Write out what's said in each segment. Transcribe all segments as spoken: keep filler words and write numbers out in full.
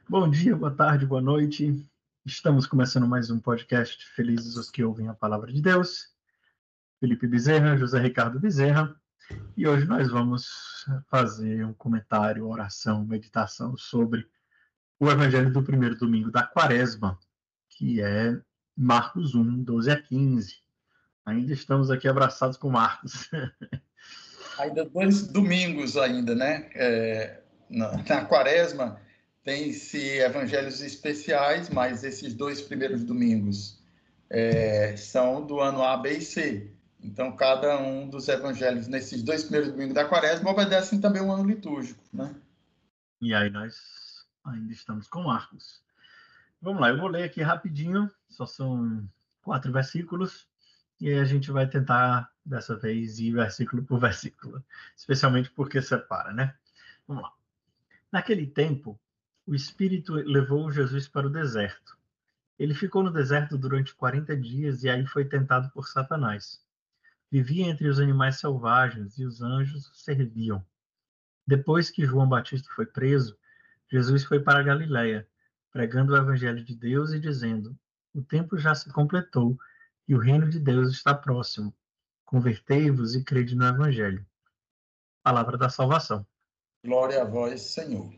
Bom dia, boa tarde, boa noite. Estamos começando mais um podcast Felizes os que ouvem a palavra de Deus. Felipe Bezerra, José Ricardo Bezerra. E hoje nós vamos fazer um comentário, oração, meditação sobre o Evangelho do primeiro domingo da Quaresma, que é Marcos um, doze a quinze. Ainda estamos aqui abraçados com Marcos. Ainda dois domingos ainda, né? É, na, na Quaresma tem-se evangelhos especiais, mas esses dois primeiros domingos é, são do ano A, B e C. Então, cada um dos evangelhos nesses dois primeiros domingos da Quaresma obedecem também um ano litúrgico, né? E aí nós ainda estamos com Marcos. Vamos lá, eu vou ler aqui rapidinho, só são quatro versículos, e aí a gente vai tentar, dessa vez, ir versículo por versículo, especialmente porque separa, né? Vamos lá. Naquele tempo, o Espírito levou Jesus para o deserto. Ele ficou no deserto durante quarenta dias e aí foi tentado por Satanás. Vivia entre os animais selvagens e os anjos o serviam. Depois que João Batista foi preso, Jesus foi para a Galiléia, pregando o evangelho de Deus e dizendo: O tempo já se completou e o reino de Deus está próximo. Convertei-vos e crede no evangelho. Palavra da salvação. Glória a vós, Senhor.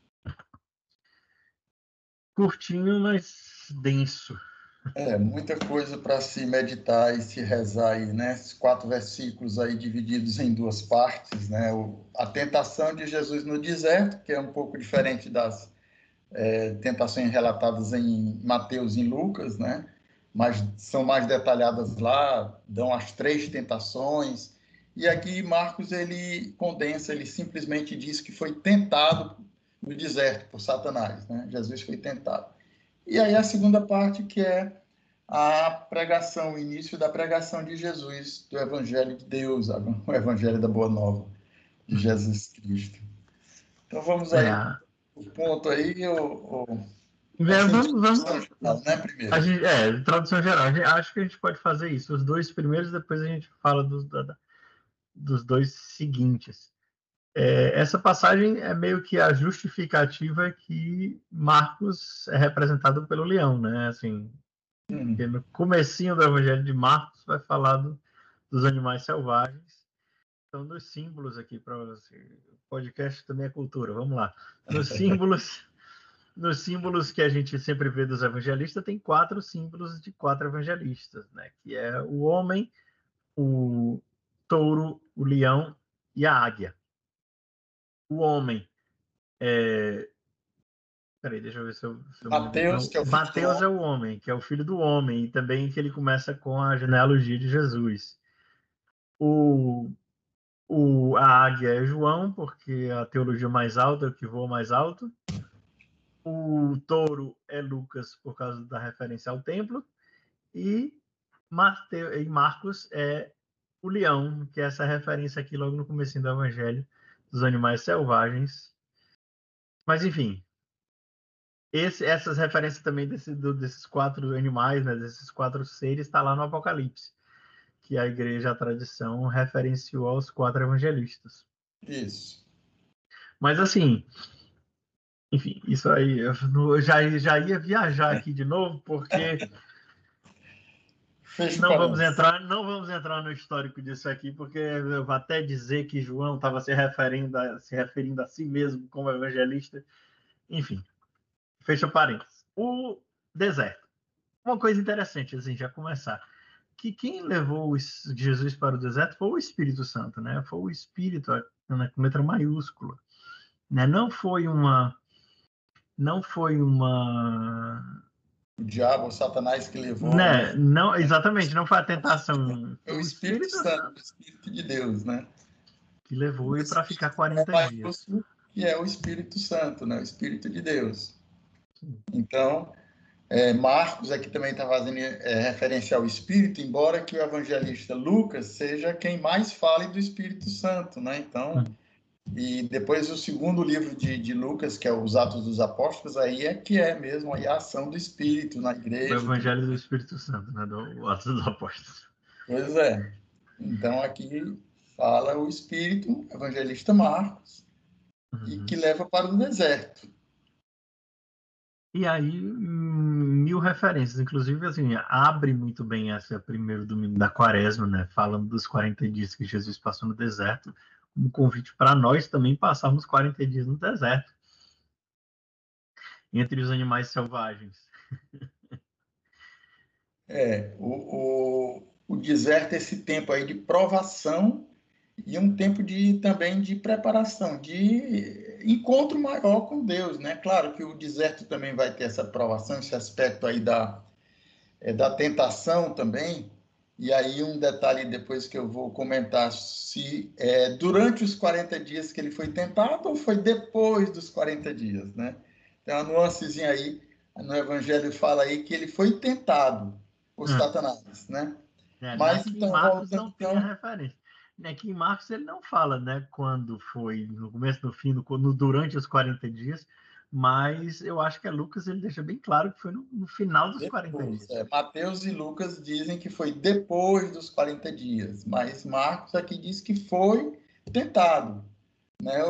Curtinho, mas denso. É, muita coisa para se meditar e se rezar aí, né? Esses quatro versículos aí divididos em duas partes, né? O, a tentação de Jesus no deserto, que é um pouco diferente das é, tentações relatadas em Mateus e em Lucas, né? Mas são mais detalhadas lá, dão as três tentações. E aqui Marcos ele condensa, ele simplesmente diz que foi tentado no deserto por Satanás, né? Jesus foi tentado. E aí a segunda parte que é a pregação, o início da pregação de Jesus, do Evangelho de Deus, o Evangelho da Boa Nova de Jesus Cristo. Então vamos aí, É, o ponto aí, o, o, essa vamos, introdução vamos, geral, né, a primeiro? gente, é, tradução geral. A gente, acho que a gente pode fazer isso. Os dois primeiros, depois a gente fala dos, da, dos dois seguintes. É, essa passagem é meio que a justificativa que Marcos é representado pelo leão, né? Assim, Hum. no comecinho do Evangelho de Marcos vai falar do, dos animais selvagens. Então, nos símbolos aqui para você, o podcast também é cultura. Vamos lá. Nos símbolos, nos símbolos que a gente sempre vê dos evangelistas, tem quatro símbolos de quatro evangelistas, né? Que é o homem, o touro, o leão e a águia. O homem é... Peraí, deixa eu ver se eu, se eu me lembro. Mateus, Não, que é o filho do Mateus homem. é o homem, que é o filho do homem, e também que ele começa com a genealogia de Jesus. O, o, a águia é João, porque a teologia mais alta é o que voa mais alto. O touro é Lucas, por causa da referência ao templo. E, Mateu, e Marcos é o leão, que é essa referência aqui logo no começo do Evangelho, dos animais selvagens. Mas, enfim, esse, essas referências também desse, do, desses quatro animais, né, desses quatro seres, está lá no Apocalipse, que a igreja, a tradição, referenciou aos quatro evangelistas. Isso. Mas, assim, enfim, isso aí, eu já, já ia viajar aqui de novo, porque Fecha o não vamos parênteses. entrar, não vamos entrar no histórico disso aqui, porque eu vou até dizer que João estava se referindo, a, se referindo a si mesmo como evangelista. Enfim, fecha parênteses. O deserto. Uma coisa interessante, assim, já começar, que quem levou Jesus para o deserto foi o Espírito Santo, né? Foi o Espírito, né, com letra maiúscula, né? Não foi uma, não foi uma, O diabo, o Satanás que levou, né? né? Não, exatamente, não foi a tentação, É foi o o Espírito Espírito Santo, o Santo Espírito de Deus, né? que levou O ele para ficar Espírito quarenta dias. maiúsculo, que é o Espírito Santo, né? O Espírito de Deus. Então, É, Marcos aqui também está fazendo é, referência ao Espírito, embora que o evangelista Lucas seja quem mais fale do Espírito Santo, né? Então, e depois o segundo livro de, de Lucas, que é os Atos dos Apóstolos, aí é que é mesmo aí a ação do Espírito na O igreja e tudo. Evangelho do Espírito Santo, né? Do Atos dos Apóstolos. Pois é. Então, aqui fala o Espírito, evangelista Marcos, e que Uhum. leva para o deserto. E aí, mil referências, inclusive, assim, abre muito bem esse primeiro domingo da quaresma, né? Falando dos quarenta dias que Jesus passou no deserto, como convite para nós também passarmos quarenta dias no deserto, entre os animais selvagens. É, o, o, o deserto é esse tempo aí de provação e um tempo de também de preparação, de encontro maior com Deus, né? Claro que o deserto também vai ter essa provação, esse aspecto aí da, é, da tentação também. E aí um detalhe depois que eu vou comentar se é durante os quarenta dias que ele foi tentado ou foi depois dos quarenta dias, né? Tem uma nuancezinha aí, no Evangelho fala aí que ele foi tentado por Hum. Satanás, né? É, Mas aqui em então, Marcos voltando não tem a então, referência. Aqui em Marcos ele não fala, né, quando foi, no começo, no fim, no, no- durante os quarenta dias, mas eu acho que é Lucas, ele deixa bem claro que foi no, no final dos quarenta depois, dias. é, Mateus e Lucas dizem que foi depois dos quarenta dias, mas Marcos aqui diz que foi tentado, né?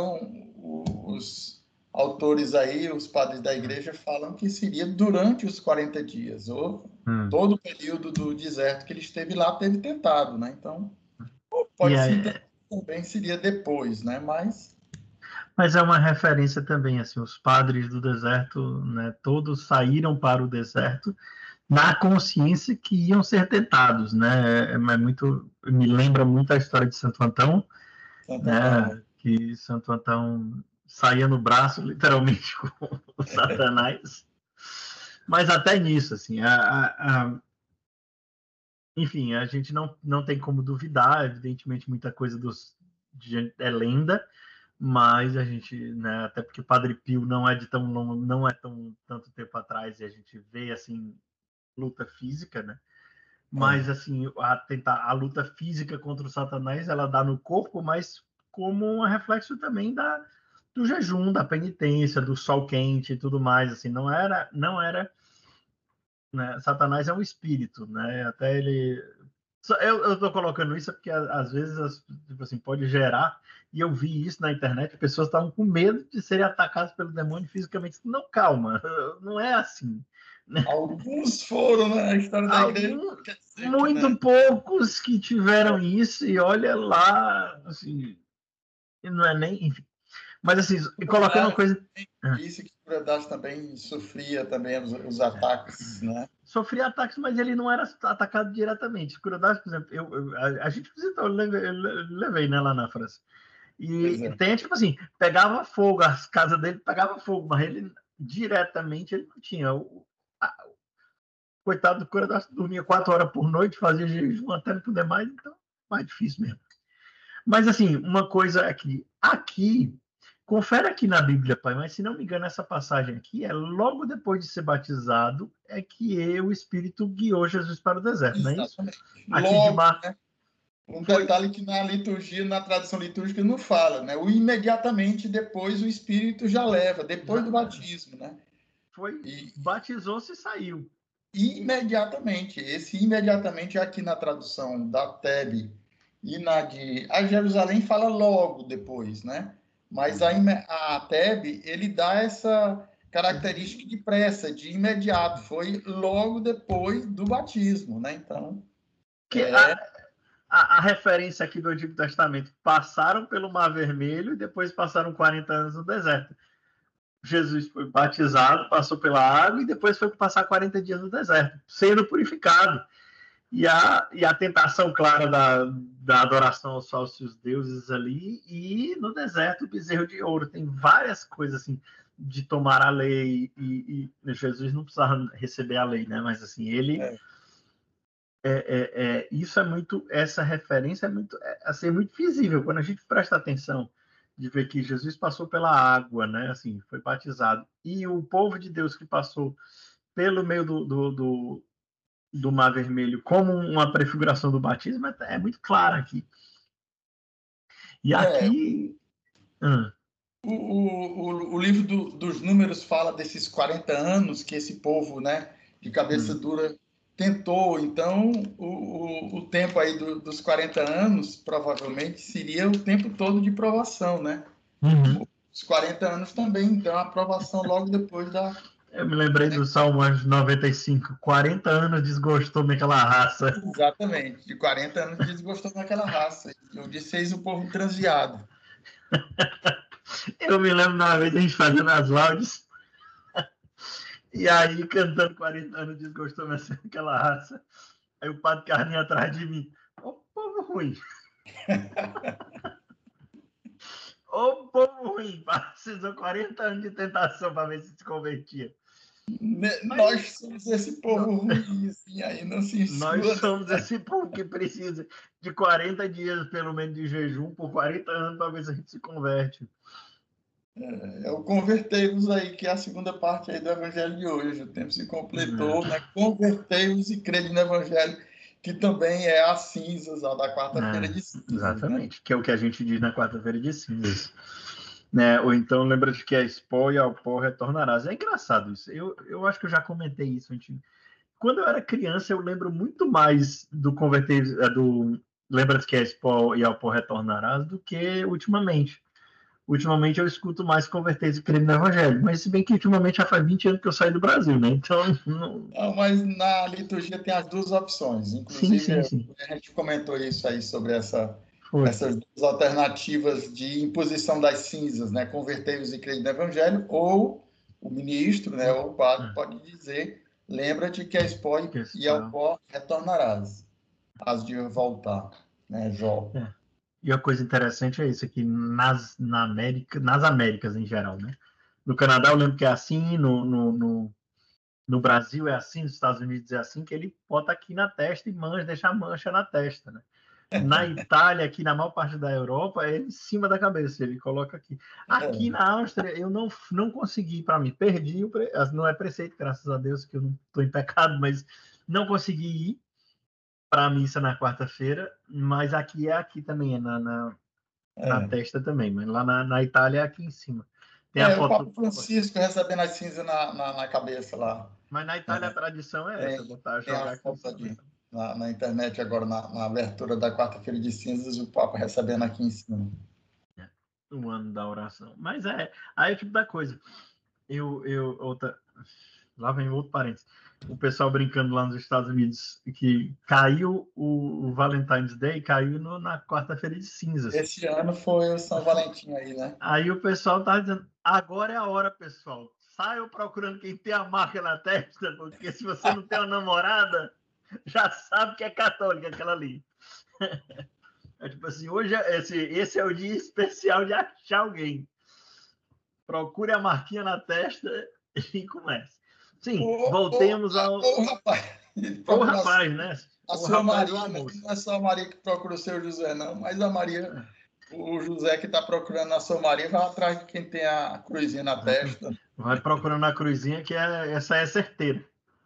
Os autores aí, os padres da Hum. igreja, falam que seria durante os quarenta dias, ou Hum. todo o período do deserto que ele esteve lá, teve tentado, né? Então, E pode se entender é, que também seria depois, né? Mas, mas é uma referência também, assim, os padres do deserto, né, todos saíram para o deserto na consciência que iam ser tentados, né? É, é muito, me lembra muito a história de Santo Antão, Santo Antão, né? Que Santo Antão saía no braço, literalmente, com o Satanás. Mas até nisso, assim, a, a, a, enfim, a gente não, não tem como duvidar, evidentemente, muita coisa dos, de, é lenda, mas a gente, né, até porque Padre Pio não é de tão não, não é tão tanto tempo atrás e a gente vê assim luta física, né? Mas é, assim, a tentar a luta física contra o Satanás, ela dá no corpo, mas como um reflexo também da do jejum, da penitência, do sol quente e tudo mais, assim, não era não era, né, Satanás é um espírito, né? Até ele eu, eu tô colocando isso porque às vezes tipo assim, pode gerar, e eu vi isso na internet, pessoas estavam com medo de serem atacadas pelo demônio fisicamente. Não, calma, não é assim. alguns foram, né? A história da igreja Alguns, quer dizer que, muito né? poucos que tiveram isso, e olha lá, assim, não é nem, enfim. Mas assim, colocando uma coisa. Disse que Curadas também sofria também os, os ataques, né? Sofria ataques, mas ele não era atacado diretamente. Curadas, por exemplo, eu, eu, a, a gente visitou, eu levei, eu levei né, lá na França. Pois E é. tem, tipo assim, pegava fogo, as casas dele pegava fogo, mas ele diretamente ele não tinha. O, a, o coitado do Curadas dormia quatro horas por noite, fazia jejum até não poder mais, então mais difícil mesmo. Mas, assim, uma coisa aqui. Aqui, confere aqui na Bíblia, pai, mas se não me engano, essa passagem aqui é logo depois de ser batizado, é que o Espírito guiou Jesus para o deserto, não é isso? Exatamente. Aqui de Logo, Mar né? Um foi, detalhe que na liturgia, na tradição litúrgica, não fala, né? O imediatamente depois o Espírito já leva, depois do já, batismo, né? foi, E batizou-se e saiu. imediatamente, esse imediatamente aqui na tradução da T E B e na de a Jerusalém fala logo depois, né? Mas a, a T E B ele dá essa característica de pressa, de imediato, foi logo depois do batismo, né? Então, Que a, a, a referência aqui do Antigo Testamento, passaram pelo Mar Vermelho e depois passaram quarenta anos no deserto. Jesus foi batizado, passou pela água e depois foi passar quarenta dias no deserto, sendo purificado. E a, e a tentação clara da, da adoração aos falsos deuses ali, e no deserto o bezerro de ouro. Tem várias coisas assim de tomar a lei, e, e Jesus não precisava receber a lei, né? Mas assim, ele é, é, é, é, isso é muito, essa referência é muito, é, assim, é muito visível quando a gente presta atenção de ver que Jesus passou pela água, né? Assim, foi batizado, e o povo de Deus que passou pelo meio do, do, do do Mar Vermelho como uma prefiguração do batismo é, é muito clara aqui. E é, aqui. Hum, O, o, o livro do, dos Números fala desses quarenta anos que esse povo, né, de cabeça hum, dura tentou. Então, o, o, o tempo aí do, dos quarenta anos provavelmente seria o tempo todo de provação, né? uhum. Os quarenta anos também, então a aprovação logo depois da. Eu me lembrei do Salmo noventa e cinco. quarenta anos desgostou-me aquela raça. Exatamente. De quarenta anos desgostou daquela raça. Eu disse, eis o povo transviado. Eu me lembro uma vez a gente fazendo as laudes. E aí, cantando quarenta anos desgostou-me aquela raça. Aí o padre Carlinhos atrás de mim. Ô, povo ruim. Ô, povo ruim. Precisou quarenta anos de tentação para ver se se convertia. Mas, nós somos esse povo ruim, assim, aí não se exclua. Nós somos esse povo que precisa de quarenta dias, pelo menos, de jejum por quarenta anos para ver se a gente se converte. É, eu convertei-vos aí, que é a segunda parte aí do evangelho de hoje. O tempo se completou, é. né? Convertei-vos e crede no evangelho, que também é as cinzas, a da quarta-feira é, de cinzas. Exatamente, né? que é o que a gente diz na quarta-feira de cinzas. Né? Ou então lembra-te que a pó e ao pó retornarás. É engraçado isso. Eu, eu acho que eu já comentei isso. Gente... Quando eu era criança, eu lembro muito mais do converter, do lembra-te que a pó e ao pó retornarás do que ultimamente. Ultimamente eu escuto mais converter e crer no evangelho, mas se bem que ultimamente já faz vinte anos que eu saí do Brasil, né? Então. Não... Não, mas na liturgia tem as duas opções. Inclusive, sim, sim, sim. a gente comentou isso aí sobre essa, Foi. essas duas alternativas de imposição das cinzas, né? Convertei-vos e crede no evangelho, ou o ministro, né, ou o padre, pode dizer: lembra-te que a pó e ao pó retornarás, as de voltar, né, Jó. É. E a coisa interessante é isso aqui nas na América, nas Américas em geral, né? No Canadá eu lembro que é assim, no, no, no, no Brasil é assim, nos Estados Unidos é assim, que ele bota aqui na testa e mancha, deixa a mancha na testa, né? Na Itália, aqui na maior parte da Europa, é em cima da cabeça, ele coloca aqui. Aqui é. na Áustria, eu não, não consegui, para mim, perdi, o pre... não é preceito, graças a Deus, que eu não estou em pecado, mas não consegui ir para a missa na quarta-feira, mas aqui é aqui também, é na, na, é. na testa também, mas lá na, na Itália é aqui em cima. Tem é, a foto... o Papa Francisco recebendo as cinzas na, na, na cabeça lá. Mas na Itália é. a tradição é essa, tem, botar, tem jogar a foto de, na, na internet agora, na, na abertura da quarta-feira de cinzas, o Papa recebendo aqui em cima. É, o ano da oração. Mas é, aí é o tipo da coisa. Eu, eu, outra, lá vem outro parênteses. O pessoal brincando lá nos Estados Unidos que caiu o, o Valentine's Day, caiu no, na quarta-feira de cinzas. Esse ano foi o São Valentim aí, né? Aí o pessoal tá dizendo, agora é a hora, pessoal. Saiam procurando quem tem a marca na testa, porque se você não tem uma namorada, já sabe que é católica aquela ali. É tipo assim, hoje esse, esse é o dia especial de achar alguém. Procure a marquinha na testa e comece. Sim, oh, voltemos oh, ao. Ô, oh, rapaz! Ô, rapaz, né? A o sua rapaz Maria, né? Não é só a Maria que procura o seu José, não, mas a Maria, é. o José que está procurando a sua Maria, vai atrás de quem tem a cruzinha na testa. Vai procurando a cruzinha, que é, essa é certeira.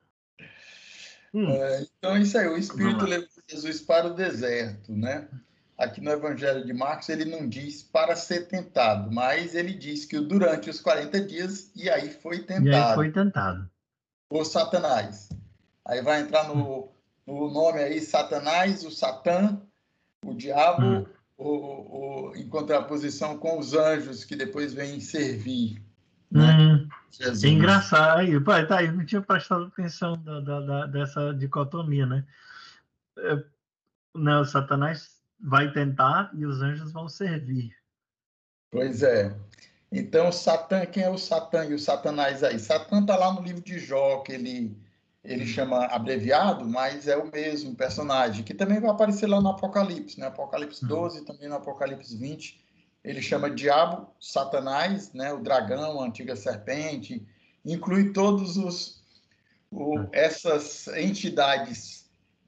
Hum. É, então, isso aí, o Espírito levou Jesus para o deserto, né? Aqui no Evangelho de Marcos, ele não diz para ser tentado, mas ele diz que durante os quarenta dias, e aí foi tentado. E aí foi tentado. Por Satanás. Aí vai entrar no, no nome aí, Satanás, o Satã, o diabo, hum. o, o, em contraposição com os anjos, que depois vêm servir. Né? Hum. É engraçado. Aí, pai, tá, eu não tinha prestado atenção da, da, da, dessa dicotomia, né? É, não, o Satanás vai tentar e os anjos vão servir. Pois é. Então, Satã, quem é o Satã e o Satanás aí? Satã está lá no livro de Jó, que ele, ele hum. chama abreviado, mas é o mesmo personagem, que também vai aparecer lá no Apocalipse, né? Apocalipse doze, hum. também no Apocalipse vinte. Ele chama Diabo, Satanás, né? O dragão, a antiga serpente, inclui todos os o, essas entidades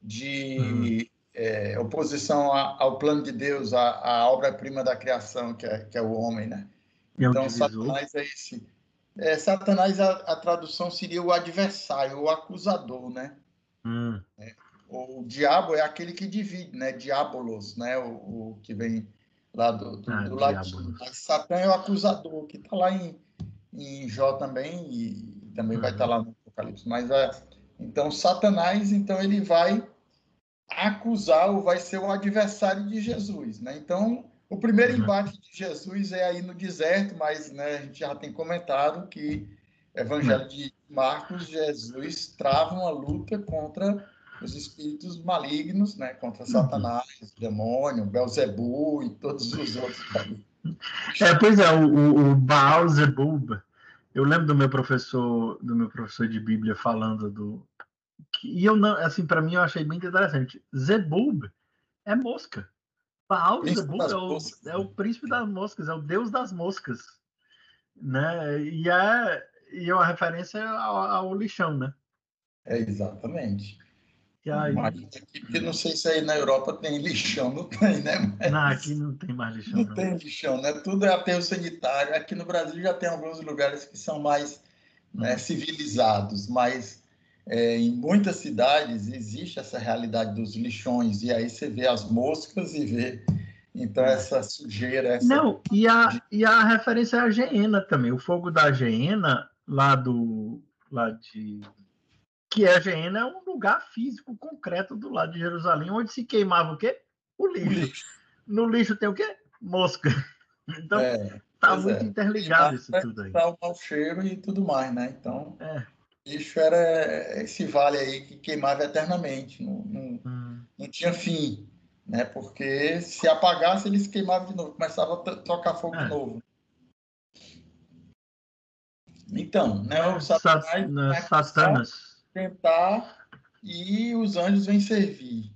de hum. é, oposição a, ao plano de Deus, a, a obra-prima da criação, que é, que é o homem, né? É então, Satanás é esse. É, Satanás, a, a tradução seria o adversário, o acusador, né? Hum. É, o diabo é aquele que divide, né? Diabolos, né? O, o que vem lá do, do, ah, do latim. Mas Satã é o acusador, que está lá em, em Jó também, e também uhum. vai estar tá lá no Apocalipse. Mas, é, então, Satanás, então, ele vai acusar, ou vai ser o adversário de Jesus, né? Então, o primeiro embate de Jesus é aí no deserto, mas, né, a gente já tem comentado que Evangelho de Marcos, Jesus trava uma luta contra os espíritos malignos, né? Contra Satanás, o demônio, Belzebu e todos os outros. É, pois é, o, o, o Baal Zebub. Eu lembro do meu professor, do meu professor de Bíblia falando do e eu não, assim, para mim eu achei bem interessante. Zebub é mosca. Baal Príncipe Zebub é das o, moças. é o príncipe das moscas, é o deus das moscas, né? E é e é uma referência ao, ao lixão, né? É, exatamente. E Mas aí, aqui, porque não sei se aí na Europa tem lixão, não tem, né? não, aqui Mas não tem mais lixão, não não. tem lixão, né? Tudo é aterro sanitário. Aqui no Brasil já tem alguns lugares que são mais, né, civilizados, mas é, em muitas cidades existe essa realidade dos lixões, e aí você vê as moscas e vê, então, essa sujeira, essa... Não, e a, e a referência é a Geena também. O fogo da Geena, lá do. Lá de. Que é a Geena é um lugar físico, concreto do lado de Jerusalém, onde se queimava o quê? O O lixo. lixo. No lixo tem o quê? Mosca. Então, É, tá pois muito é. interligado Queimar isso para tudo aí. evitar o mau cheiro e tudo mais, né? Então, É. lixo era esse vale aí que queimava eternamente, não, não, Hum. não tinha fim, né? Porque se apagasse, eles queimavam de novo, começava a tocar fogo de É. novo. Então, né, o É, Sa- Satanás né, vai começar a Satanas. tentar e os anjos vêm servir,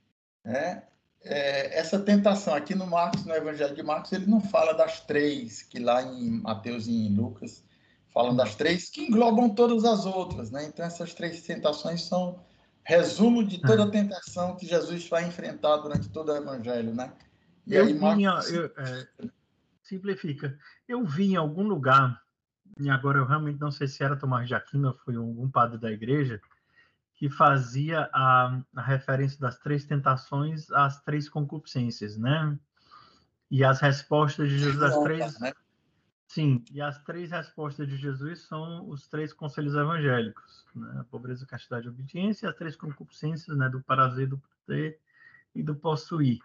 né? É, essa tentação aqui no Marcos, no Evangelho de Marcos, ele não fala das três, que lá em Mateus e em Lucas falam das três, que englobam todas as outras, né? Então, essas três tentações são resumo de toda a É. tentação que Jesus vai enfrentar durante todo o Evangelho, né? E Eu aí vi, em- Marcos... eu, é, simplifica. Eu vi em algum lugar, e agora eu realmente não sei se era Tomás de Aquino ou foi algum padre da igreja, que fazia a, a referência das três tentações às três concupiscências, né? E as respostas de Jesus, as João, três, né? sim, e as três respostas de Jesus são os três conselhos evangélicos, né? A pobreza, castidade e obediência, e as três concupiscências, né? Do prazer, do poder e do possuir.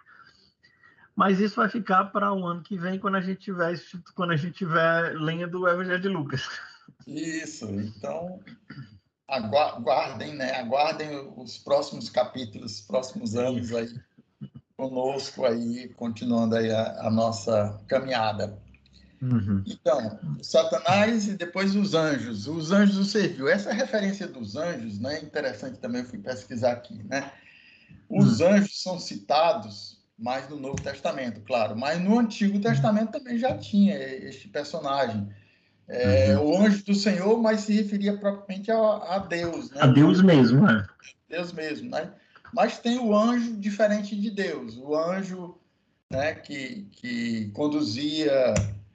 Mas isso vai ficar para o ano que vem, quando a gente tiver quando a gente tiver lendo o Evangelho de Lucas. Isso, então aguardem, né? Aguardem os próximos capítulos, os próximos anos Isso. aí conosco aí, continuando aí a, a nossa caminhada. Uhum. Então, Satanás e depois os anjos. Os anjos o serviu. Essa referência dos anjos, né, é interessante também, eu fui pesquisar aqui, né? Os Uhum. anjos são citados mais no Novo Testamento, claro, mas no Antigo Testamento também já tinha este personagem. É, Uhum. o anjo do Senhor, mas se referia propriamente a, a Deus, né? A Deus O, mesmo, né? Deus mesmo, né? Mas tem o anjo diferente de Deus, o anjo, né, que, que conduzia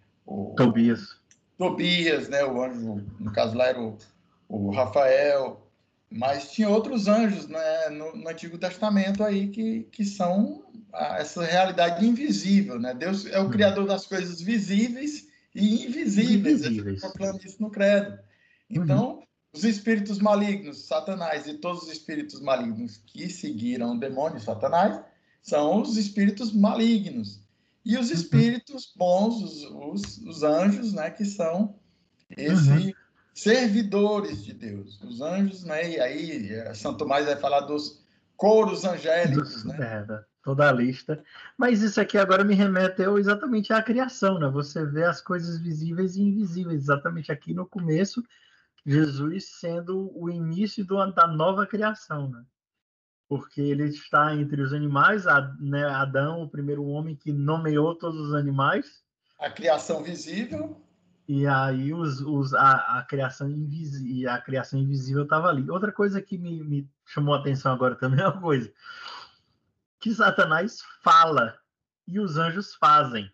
o, Tobias. Tobias, né? O anjo, no caso lá era o, o Rafael, mas tinha outros anjos, né, no, no Antigo Testamento aí que, que são a, essa realidade invisível, né? Deus é o Uhum. criador das coisas visíveis e E invisíveis. A gente invisíveis. proclama isso no credo. Uhum. Então, os espíritos malignos, Satanás e todos os espíritos malignos que seguiram o demônio Satanás são os espíritos malignos. E os Uhum. espíritos bons, os, os, os anjos, né, que são Uhum. esses servidores de Deus, os anjos, né? E aí Santo Tomás vai falar dos coros angélicos, Dos, né? é, da- toda a lista. Mas isso aqui agora me remeteu exatamente à criação, né? Você vê as coisas visíveis e invisíveis, exatamente aqui no começo, Jesus sendo o início do, da nova criação, né? Porque ele está entre os animais, a, né, Adão, o primeiro homem que nomeou todos os animais, A criação visível. e aí os, os, a, a, criação invisível, a criação invisível estava ali. Outra coisa que me, me chamou a atenção agora também é uma coisa, que Satanás fala e os anjos fazem.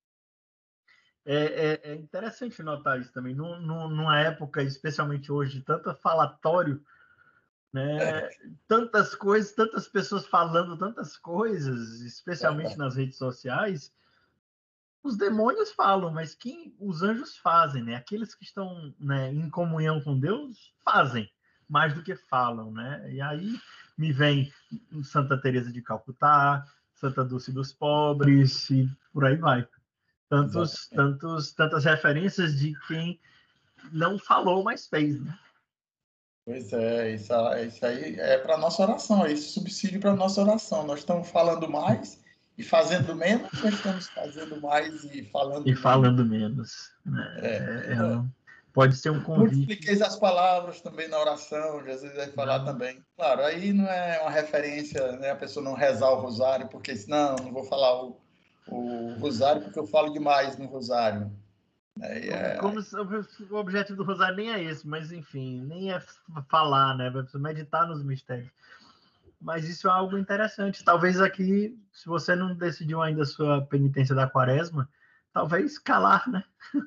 É, é, é interessante notar isso também. Num, num, numa época, especialmente hoje, de tanto falatório, né? Tantas coisas, tantas pessoas falando tantas coisas, especialmente nas redes sociais. Os demônios falam, mas quem os anjos fazem, né? Aqueles que estão, né, em comunhão com Deus fazem mais do que falam, né? E aí me vem Santa Teresa de Calcutá, Santa Dulce dos Pobres e por aí vai. Tantos, Exatamente. tantos, tantas referências de quem não falou, mas fez, né? Pois é, isso, isso aí é para nossa oração, é esse subsídio para nossa oração. Nós estamos falando mais e fazendo menos, ou estamos fazendo mais e falando E menos? falando menos. Né? É, É, pois é é. um, pode ser um convite. Multipliqueis as palavras também na oração, Jesus vai falar Não, também. Claro, aí não é uma referência, né, a pessoa não rezar o rosário, porque não, não vou falar o, o rosário porque eu falo demais no rosário. Aí como, é, como se, o objetivo do rosário nem é esse, mas enfim, nem é falar, né? Vai meditar nos mistérios. Mas isso é algo interessante. Talvez aqui, se você não decidiu ainda a sua penitência da quaresma, talvez calar, né?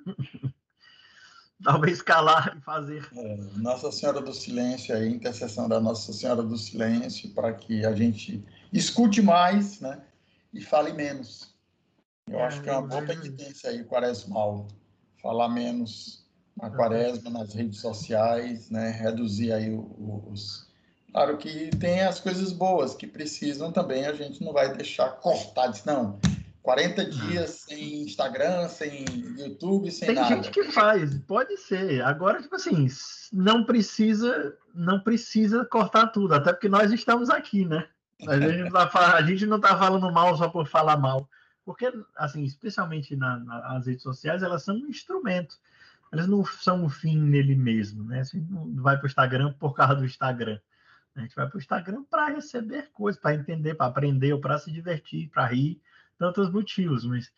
Talvez calar e fazer. é, Nossa Senhora do Silêncio, aí, intercessão da Nossa Senhora do Silêncio, para que a gente escute mais, né, e fale menos. Eu acho que É, é uma eu boa vejo isso. penitência aí, quaresmal. Falar menos na Exatamente. quaresma, nas redes sociais, né? Reduzir aí os... Claro que tem as coisas boas que precisam também, a gente não vai deixar cortar, diz, não, quarenta Não. dias sem Instagram, sem YouTube, sem Tem gente nada. que faz, pode ser. Agora, tipo assim, não precisa, não precisa cortar tudo, até porque nós estamos aqui, né? A gente não tá, a gente não tá falando mal só por falar mal. Porque, assim, especialmente na, nas redes sociais, elas são um instrumento. Elas não são um fim nele mesmo, né? A gente não vai para o Instagram por causa do Instagram. A gente vai para o Instagram para receber coisas, para entender, para aprender, ou para se divertir, para rir, tantos motivos. Mas,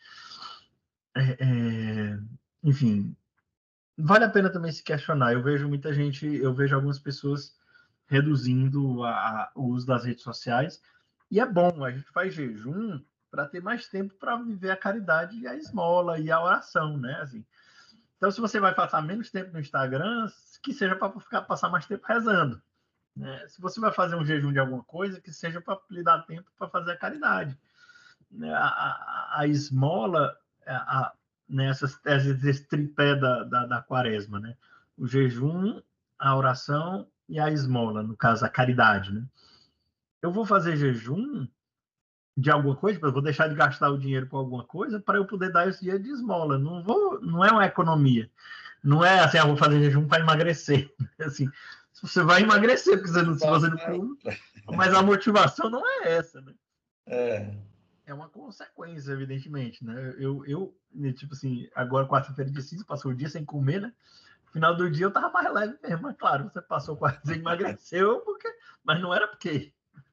é, é, enfim, vale a pena também se questionar. Eu vejo muita gente, eu vejo algumas pessoas reduzindo a, a, o uso das redes sociais. E é bom, a gente faz jejum para ter mais tempo para viver a caridade e a esmola e a oração, né? Assim, então, se você vai passar menos tempo no Instagram, que seja para ficar passar mais tempo rezando. Né? Se você vai fazer um jejum de alguma coisa, que seja para lhe dar tempo para fazer a caridade. Né? A, a, a esmola, a, a, nessas teses, esse tripé da, da, da quaresma, né? O jejum, a oração e a esmola, no caso, a caridade. Né? Eu vou fazer jejum de alguma coisa, eu vou deixar de gastar o dinheiro com alguma coisa para eu poder dar esse dinheiro de esmola. Não vou, não é uma economia. Não é assim, ah, vou fazer jejum para emagrecer. Assim, você vai emagrecer, porque você não, se você não come, mas a motivação não é essa, né? É, É uma consequência, evidentemente, né? Eu, eu tipo assim, agora quarta-feira de cinza, passou o dia sem comer, né? No final do dia eu tava mais leve mesmo, mas claro, você passou quase, você emagreceu, porque, mas não era porque,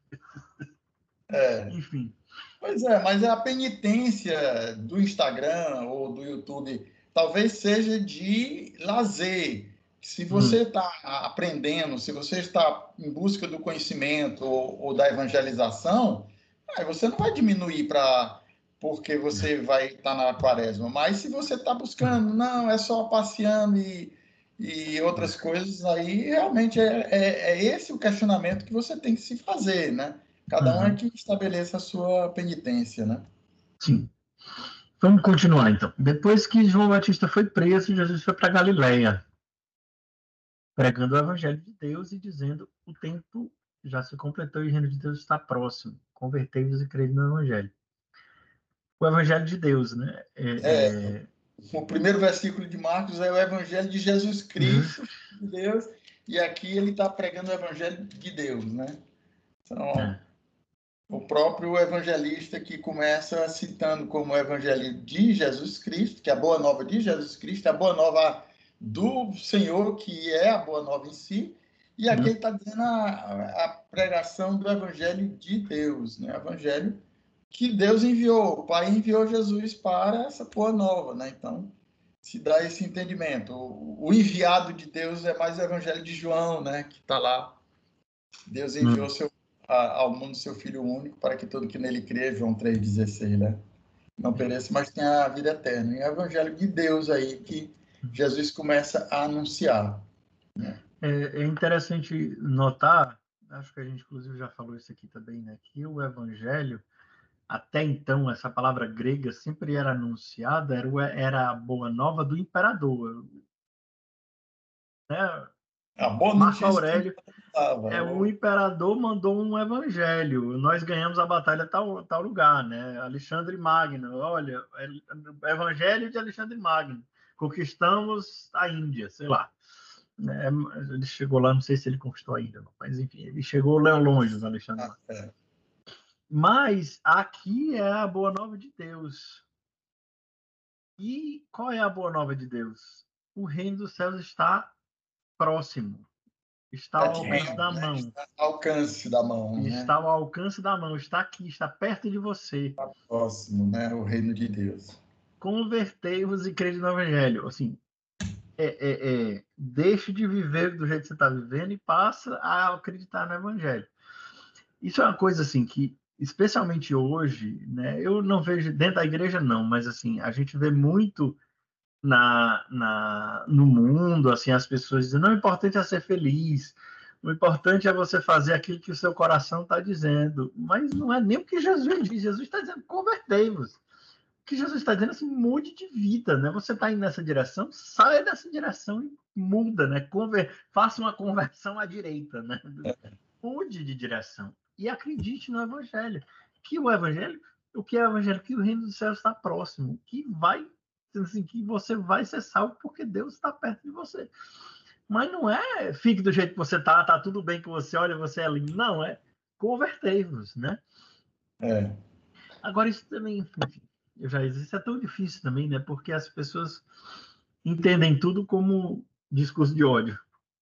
é. enfim. Pois é, mas a penitência do Instagram ou do YouTube talvez seja de lazer. Se você Hum, está aprendendo, se você está em busca do conhecimento ou, ou da evangelização, aí você não vai diminuir para porque você vai estar na quaresma. Mas se você está buscando, não, é só passeando e, e outras coisas, aí realmente é, é, é esse o questionamento que você tem que se fazer, né? Cada um é uhum, que estabeleça a sua penitência, né? sim. Vamos continuar então. Depois que João Batista foi preso, Jesus foi para Galiléia, pregando o evangelho de Deus e dizendo: o tempo já se completou e o reino de Deus está próximo. Convertei-vos e crede no evangelho. O evangelho de Deus, né? É, É, é... o primeiro versículo de Marcos é o evangelho de Jesus Cristo, de Deus, e aqui ele está pregando o evangelho de Deus, né? Então, É. o próprio evangelista que começa citando como o evangelho de Jesus Cristo, que é a boa nova de Jesus Cristo, a boa nova do Senhor, que é a boa nova em si, e aqui ele está dizendo a, a pregação do evangelho de Deus, né? Evangelho que Deus enviou, o Pai enviou Jesus para essa boa nova, né? Então, se dá esse entendimento. O, o enviado de Deus é mais o evangelho de João, né? Que está lá. Deus enviou Hum. seu, a, ao mundo seu Filho único para que todo que nele crê, João três dezesseis, né? Não pereça, mas tenha a vida eterna. E é o evangelho de Deus aí que Jesus começa a anunciar. Né? É, é interessante notar, acho que a gente inclusive já falou isso aqui também, né? Que o evangelho, até então, essa palavra grega sempre era anunciada, era, era a boa nova do imperador. Né? A boa Marco notícia que Aurélio, estava. é, o imperador mandou um evangelho, nós ganhamos a batalha tal, tal lugar, né? Alexandre Magno, olha, evangelho de Alexandre Magno. conquistamos a Índia, sei lá. É, ele chegou lá, não sei se ele conquistou a Índia, não, mas enfim, ele chegou lá longe, o Alexandre. Ah, é. Mas aqui é a boa nova de Deus. E qual é a boa nova de Deus? O reino dos céus está próximo, está ao alcance da né? mão. Está ao alcance da mão, né? Está ao alcance da mão, está aqui, está perto de você. Está próximo, né? O reino de Deus. Convertei-vos e crede no Evangelho. Assim, é, é, é, deixe de viver do jeito que você está vivendo e passa a acreditar no Evangelho. Isso é uma coisa assim que, especialmente hoje, né? Eu não vejo dentro da igreja não, mas assim a gente vê muito na, na no mundo, assim as pessoas dizendo: não, o importante é ser feliz, o importante é você fazer aquilo que o seu coração está dizendo. Mas não é nem o que Jesus diz. Jesus está dizendo: convertei-vos. O que Jesus está dizendo é assim, mude de vida, né? Você está indo nessa direção, saia dessa direção e muda, né? Conver... Faça uma conversão à direita, né? Mude de direção e acredite no Evangelho. Que o Evangelho, o que é o Evangelho? Que o reino dos céus está próximo, que vai, assim, que você vai ser salvo porque Deus está perto de você. Mas não é fique do jeito que você está, tá tudo bem com você, olha, você é lindo. Não, é convertei-vos, né? É. Agora, isso também, enfim, eu já isso é tão difícil também, né? Porque as pessoas entendem tudo como discurso de ódio.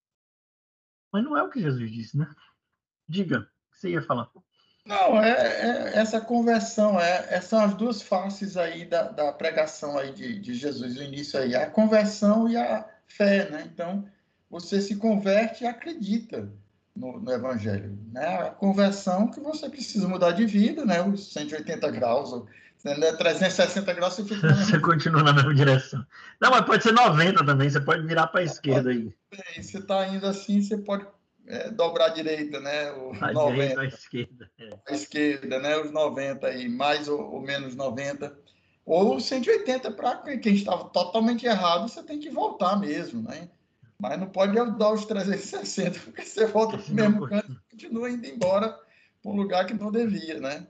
Mas não é o que Jesus disse, né? Diga, o que você ia falar? Não, é, é essa conversão, é, é, são as duas faces aí da, da pregação aí de, de Jesus, o início aí, a conversão e a fé, né? Então, você se converte e acredita no, no Evangelho, né? A conversão que você precisa mudar de vida, né? Os cento e oitenta graus, ou trezentos e sessenta graus, você fica na mesma... Você continua na mesma direção. Não, mas pode ser noventa também, você pode virar para a esquerda aí. Bem, você está indo assim, você pode é, dobrar a direita, né? O a noventa. direita, à esquerda. É. À esquerda, né? Os noventa aí, mais ou, ou menos noventa. Ou cento e oitenta para quem estava totalmente errado, você tem que voltar mesmo, né? Mas não pode dar os trezentos e sessenta, porque você volta para o mesmo Não, canto e continua indo embora para um lugar que não devia, né?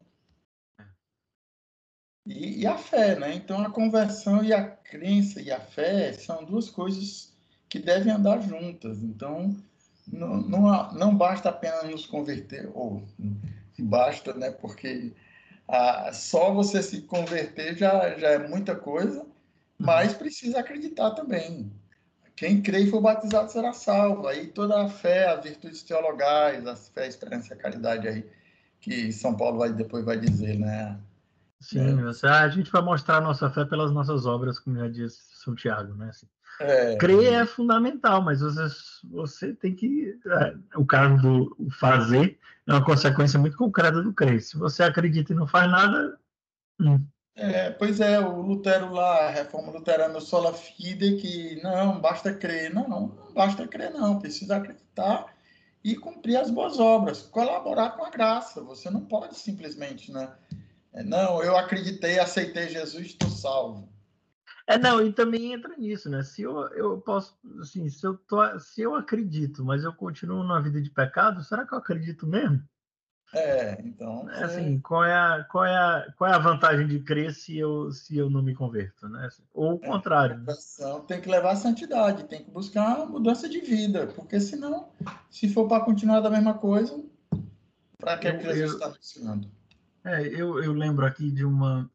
E, e a fé, né? Então a conversão e a crença e a fé são duas coisas que devem andar juntas. Então não, não, não basta apenas nos converter, ou basta, né? Porque ah, só você se converter já, já é muita coisa, mas precisa acreditar também. Quem crê e for batizado será salvo. Aí toda a fé, as virtudes teologais, a fé, a esperança e a caridade aí, que São Paulo vai, depois vai dizer, né? Sim, você, a gente vai mostrar a nossa fé pelas nossas obras, como já disse São Tiago, né? Assim, É, crer é fundamental, mas você, você tem que... É, o caso do fazer é uma consequência muito concreta do crer. Se você acredita e não faz nada... Hum. É, pois é, o Lutero lá, a reforma luterana sola fide, que não, basta crer. Não, não basta crer, não. Precisa acreditar e cumprir as boas obras, colaborar com a graça. Você não pode simplesmente, né? Não, eu acreditei, aceitei Jesus, estou salvo. É, não, e também entra nisso, né? Se eu, eu posso, assim, se eu, tô, se eu acredito, mas eu continuo numa vida de pecado, será que eu acredito mesmo? É, então, É, você... assim, qual é, a, qual, é a, qual é a vantagem de crer se eu, se eu não me converto, né? Ou o É, contrário, né? conversão tem que levar a santidade, tem que buscar uma mudança de vida, porque senão, se for para continuar da mesma coisa, para que é que Eu, Jesus eu, está ensinando? é, eu, eu lembro aqui de uma...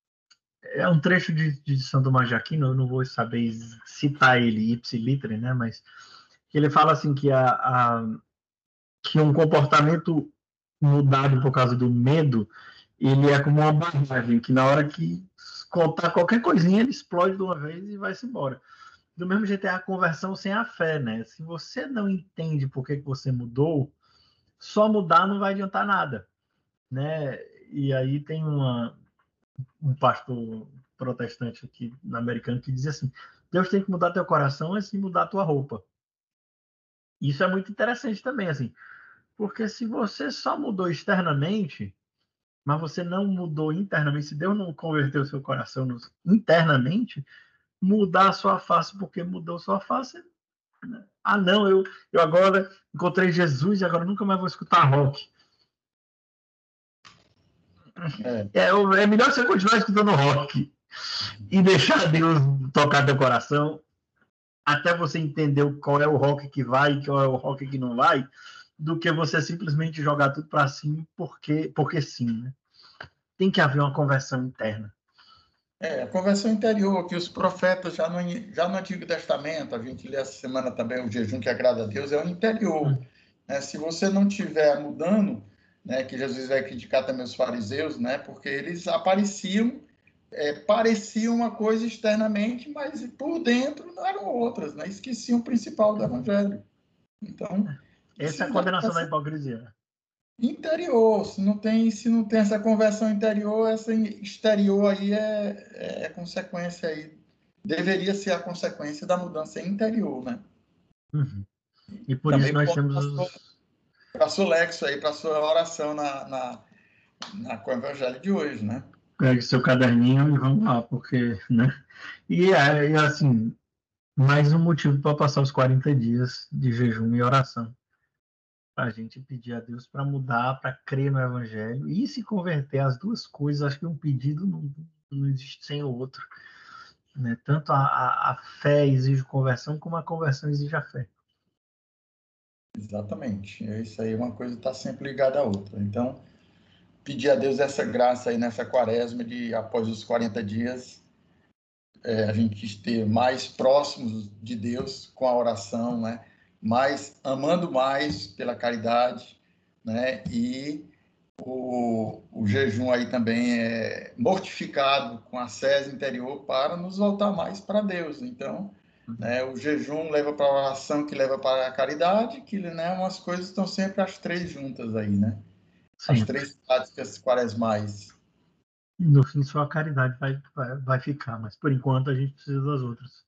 É um trecho de, de São Tomás de Aquino, eu não vou saber citar ele ipsiliter, né? Mas ele fala assim que, a, a, que um comportamento mudado por causa do medo, ele é como uma barragem, que na hora que contar qualquer coisinha, ele explode de uma vez e vai-se embora. Do mesmo jeito é a conversão sem a fé, né? Se você não entende por que, que você mudou, só mudar não vai adiantar nada, né? E aí tem uma, um pastor protestante aqui no americano que diz assim: Deus tem que mudar teu coração antes de mudar tua roupa. Isso é muito interessante também, assim, porque se você só mudou externamente, mas você não mudou internamente, se Deus não converteu seu coração internamente, mudar a sua face porque mudou sua face. Né? Ah, não, eu, eu agora encontrei Jesus e agora nunca mais vou escutar rock. É, É, é melhor você continuar escutando rock. e deixar Deus tocar teu coração, até você entender qual é o rock que vai e qual é o rock que não vai, do que você simplesmente jogar tudo para cima porque, porque sim, né? Tem que haver uma conversão interna. É, a conversão interior, que os profetas já no, já no Antigo Testamento, a gente lê essa semana também, o jejum que agrada a Deus, é o interior. Hum. Né? Se você não estiver mudando, né, que Jesus vai criticar também os fariseus, né, porque eles apareciam, é, pareciam uma coisa externamente, mas por dentro não eram outras, né? Esqueciam o principal do Evangelho. Então, essa é a condenação da hipocrisia. Interior, se não tem, se não tem essa conversão interior, essa exterior aí é, é, é consequência aí, deveria ser a consequência da mudança interior, né? Uhum. E por Também isso nós temos os... para o Lexo aí, para sua oração na, na, na, com o evangelho de hoje, né? Pegue seu caderninho e vamos lá, porque, né? E é assim, mais um motivo para passar os quarenta dias de jejum e oração. Para a gente pedir a Deus para mudar, para crer no Evangelho e se converter. As duas coisas, acho que um pedido não, não existe sem o outro. Né? Tanto a, a, a fé exige conversão, como a conversão exige a fé. Exatamente. Isso aí, uma coisa está sempre ligada à outra. Então, pedir a Deus essa graça aí nessa quaresma de, após os quarenta dias, é, a gente esteja mais próximos de Deus com a oração, né? Mais, amando mais pela caridade, né? E o, o jejum aí também é mortificado com a sese interior para nos voltar mais para Deus. Então, uhum. né, o jejum leva para a oração, que leva para a caridade, que, né, umas coisas estão sempre as três juntas aí, né? Sempre. As três práticas quaresmais. No fim, só a caridade vai, vai, vai ficar, mas por enquanto a gente precisa das outras.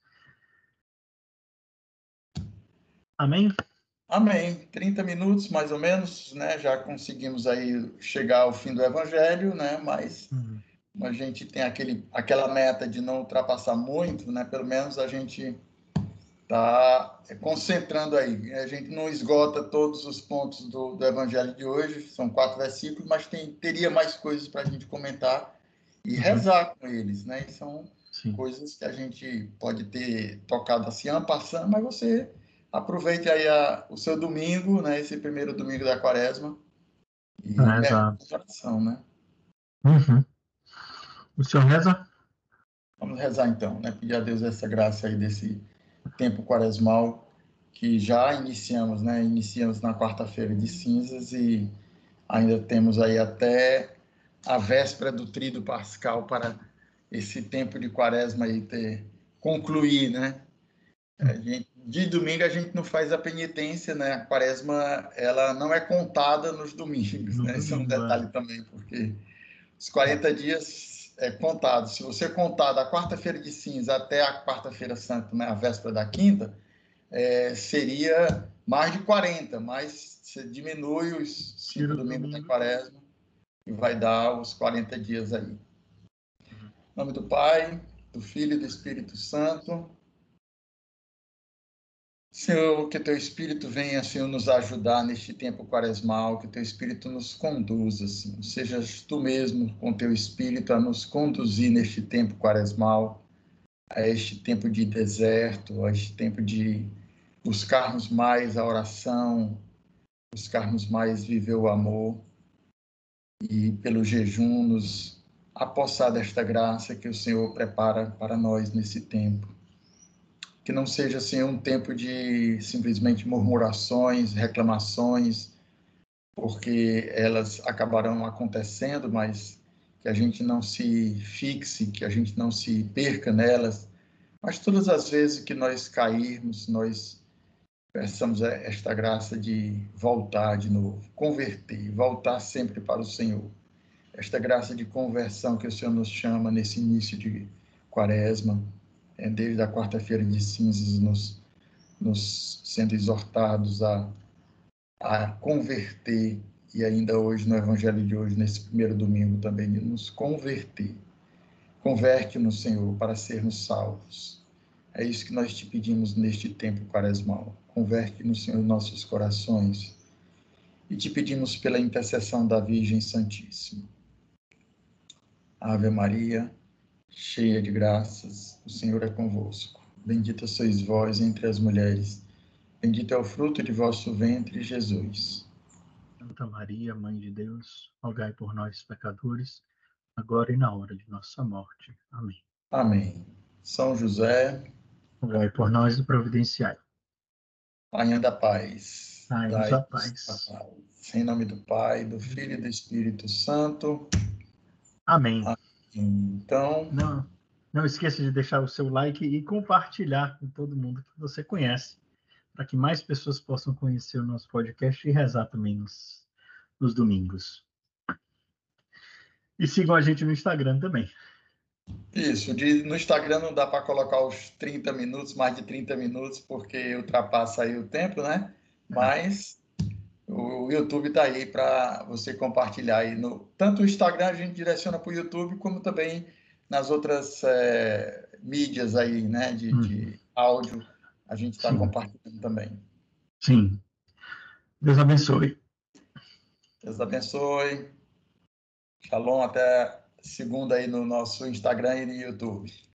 Amém? Amém. trinta minutos, mais ou menos, né? Já conseguimos aí chegar ao fim do Evangelho, né? Mas uhum. a gente tem aquele, aquela meta de não ultrapassar muito, né? Pelo menos a gente está concentrando aí. A gente não esgota todos os pontos do, do Evangelho de hoje, são quatro versículos, mas tem, teria mais coisas para a gente comentar e uhum. rezar com eles, né? E são Sim. coisas que a gente pode ter tocado assim, passando, mas você aproveite aí a, o seu domingo, né? Esse primeiro domingo da quaresma e ah, exato. oração, né? Uhum. O senhor reza? Vamos rezar então, né? Pedir a Deus essa graça aí desse tempo quaresmal que já iniciamos, né? Iniciamos na quarta-feira de cinzas e ainda temos aí até a véspera do tríduo pascal para esse tempo de quaresma aí ter concluir, né? A gente, de domingo a gente não faz a penitência, né? A quaresma ela não é contada nos domingos, no né? Esse é um detalhe é. também, porque os quarenta dias é contado. Se você contar da quarta-feira de cinza até a quarta-feira santa, né? A véspera da quinta, é, seria mais de quarenta, mas você diminui os cinco domingos da quaresma e vai dar os quarenta dias aí. Uhum. Em nome do Pai, do Filho e do Espírito Santo. Senhor, que teu Espírito venha, Senhor, nos ajudar neste tempo quaresmal, que teu Espírito nos conduza, Senhor. Sejas tu mesmo, com teu Espírito, a nos conduzir neste tempo quaresmal, a este tempo de deserto, a este tempo de buscarmos mais a oração, buscarmos mais viver o amor e, pelo jejum, nos apossar desta graça que o Senhor prepara para nós nesse tempo. Que não seja, assim, um tempo de simplesmente murmurações, reclamações, porque elas acabarão acontecendo, mas que a gente não se fixe, que a gente não se perca nelas, mas todas as vezes que nós cairmos, nós peçamos esta graça de voltar de novo, converter, voltar sempre para o Senhor. Esta graça de conversão que o Senhor nos chama nesse início de quaresma, desde a quarta-feira de cinzas, nos, nos sendo exortados a, a converter, e ainda hoje, no Evangelho de hoje, nesse primeiro domingo também, de nos converter. Converte-nos, Senhor, para sermos salvos. É isso que nós te pedimos neste tempo quaresmal. Converte-nos, Senhor, nossos corações, e te pedimos pela intercessão da Virgem Santíssima. Ave Maria, cheia de graças, o Senhor é convosco. Bendita sois vós entre as mulheres, bendito é o fruto de vosso ventre, Jesus. Santa Maria, Mãe de Deus, rogai por nós, pecadores, agora e na hora de nossa morte. Amém. Amém. São José, rogai por nós e providenciai. Rainha da Paz, Dai-nos a dai-nos a paz. paz. Em nome do Pai, do Filho e do Espírito Santo. Amém. Então, Não, não esqueça de deixar o seu like e compartilhar com todo mundo que você conhece, para que mais pessoas possam conhecer o nosso podcast e rezar também nos, nos domingos. E sigam a gente no Instagram também. isso, de, no Instagram não dá para colocar os trinta minutos, mais de trinta minutos, porque ultrapassa aí o tempo, né? Mas o YouTube está aí para você compartilhar aí no tanto o Instagram a gente direciona para o YouTube, como também nas outras é, mídias aí, né? De, Hum, de áudio, a gente está sim, compartilhando também. sim. Deus abençoe. Deus abençoe. Shalom, até segunda aí no nosso Instagram e no YouTube.